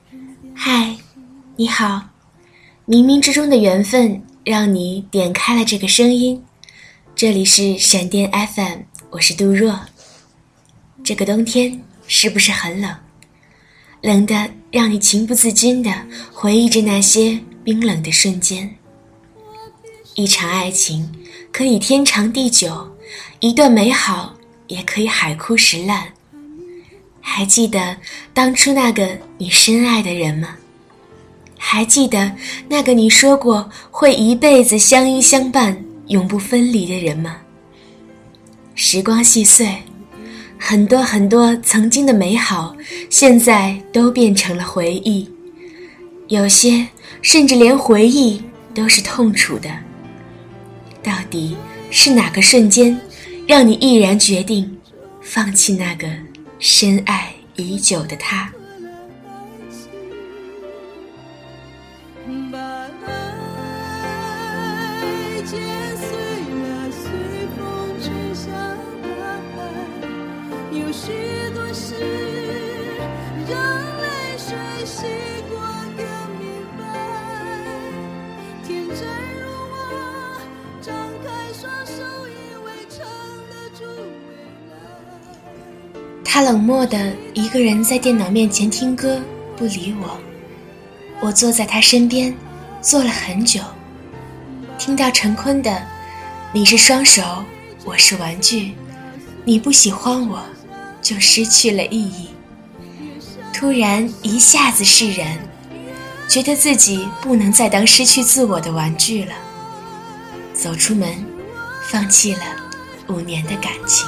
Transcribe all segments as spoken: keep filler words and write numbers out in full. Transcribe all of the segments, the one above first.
嗨，你好，冥冥之中的缘分让你点开了这个声音，这里是闪电 F M， 我是杜若。这个冬天是不是很冷？冷的让你情不自禁地回忆着那些冰冷的瞬间。一场爱情可以天长地久，一段美好也可以海枯石烂。还记得当初那个你深爱的人吗？还记得那个你说过会一辈子相依相伴永不分离的人吗？时光细碎，很多很多曾经的美好现在都变成了回忆，有些甚至连回忆都是痛楚的。到底是哪个瞬间让你毅然决定放弃那个深爱已久的他？ 把爱剪碎了，随风吹向大海，有许多事让泪水洗过更明白，天真如我张开双手，以为撑得住未来。 他冷漠地一个人在电脑面前听歌，不理我。我坐在他身边坐了很久，听到陈坤的你是双手，我是玩具，你不喜欢我就失去了意义。突然一下子释然，觉得自己不能再当失去自我的玩具了。走出门，放弃了五年的感情。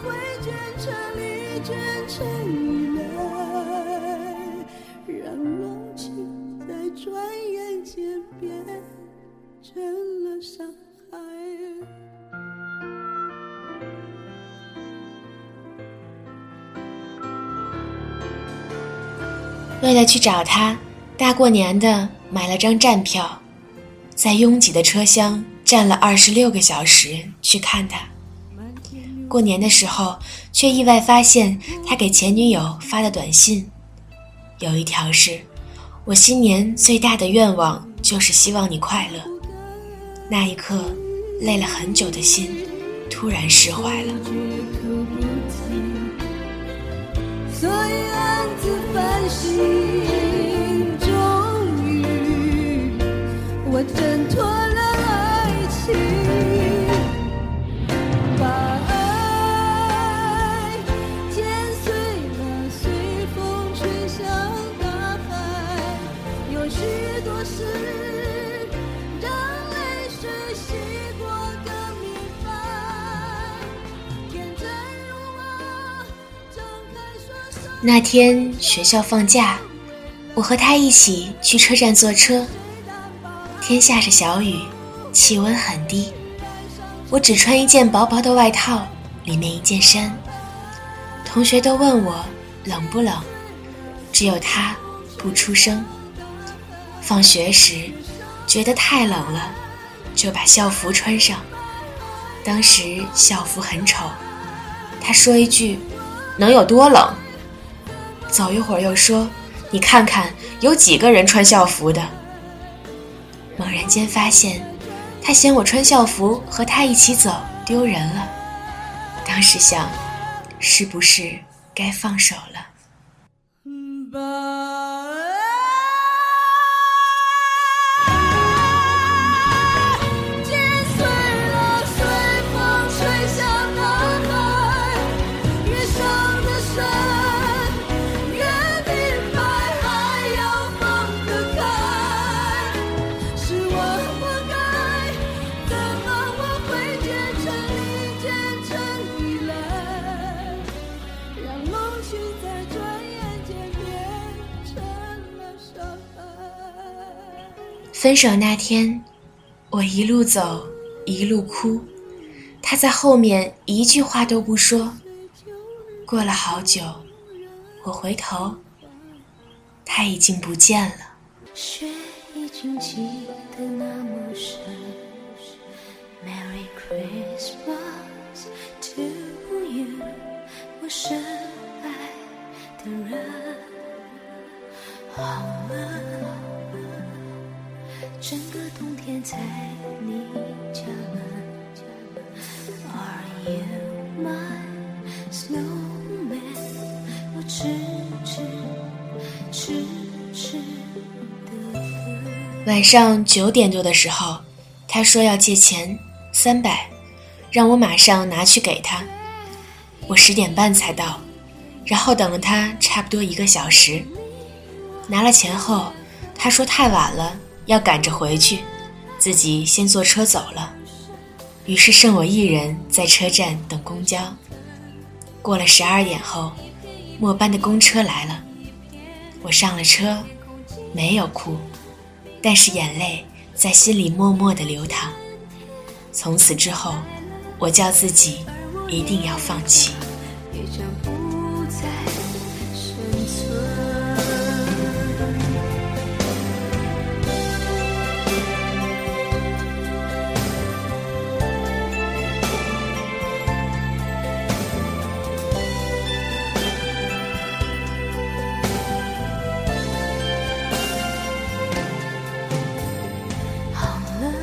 转眼间变成了伤害。 为了去找他，大过年的买了张站票，在拥挤的车厢站了二十六个小时去看他。过年的时候，却意外发现他给前女友发的短信，有一条是：我新年最大的愿望就是希望你快乐。那一刻，累了很久的心突然释怀了。 所以暗自反省，终于我挣脱了爱情，把爱剪碎了，随风吹向大海，有许多事让泪水洗过更明白，天真如我张开双手。 那天学校放假，我和他一起去车站坐车，天下着小雨，气温很低，我只穿一件薄薄的外套，里面一件衫。同学都问我冷不冷，只有他不出声。放学时觉得太冷了，就把校服穿上。当时校服很丑，他说一句能有多冷，走一会儿又说你看看有几个人穿校服的。猛然间发现他嫌我穿校服和他一起走丢人了，当时想是不是该放手了。 把分手那天，我一路走一路哭，他在后面一句话都不说。过了好久，我回头，他已经不见了。 雪已经积得那么深， Merry Christmas to you， 我深爱的人。 好了，整个冬天在你家门。Are you my snowman？ 我痴痴痴痴的歌。 晚上九点多的时候，他说要借钱三百，让我马上拿去给他。我十点半才到，然后等了他差不多一个小时。拿了钱后，他说太晚了，要赶着回去，自己先坐车走了。于是剩我一人在车站等公交。过了十二点后，末班的公车来了，我上了车，没有哭，但是眼泪在心里默默地流淌。从此之后，我叫自己一定要放弃。 也将不再生存。好了，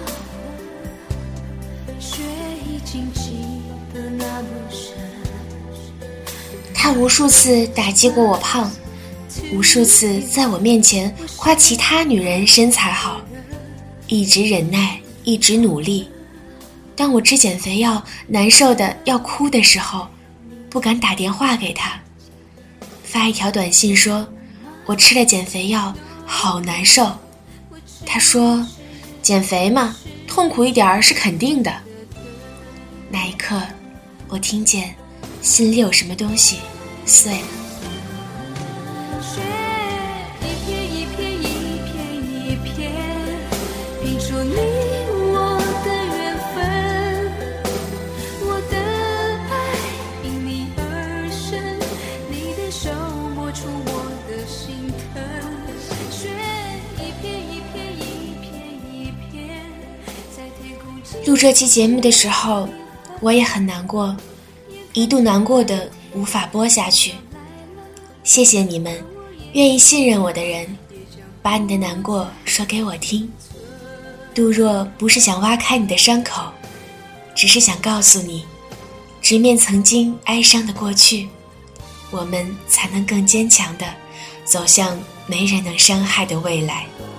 雪已经积得那么深。 他无数次打击过我胖，无数次在我面前夸其他女人身材好，一直忍耐，一直努力。当我吃减肥药难受的要哭的时候，不敢打电话给他，发一条短信说我吃了减肥药好难受。他说减肥嘛，痛苦一点是肯定的。那一刻我听见心里有什么东西碎了。 雪一片一片一片一片，拼出你我的缘分。我的爱因你而生，你的手摸出我的心疼。雪一片一片一片一片，在天空中。 录这期节目的时候，我也很难过，一度难过的无法播下去。谢谢你们愿意信任我的人，把你的难过说给我听。杜若不是想挖开你的伤口，只是想告诉你，直面曾经哀伤的过去，我们才能更坚强地走向没人能伤害的未来。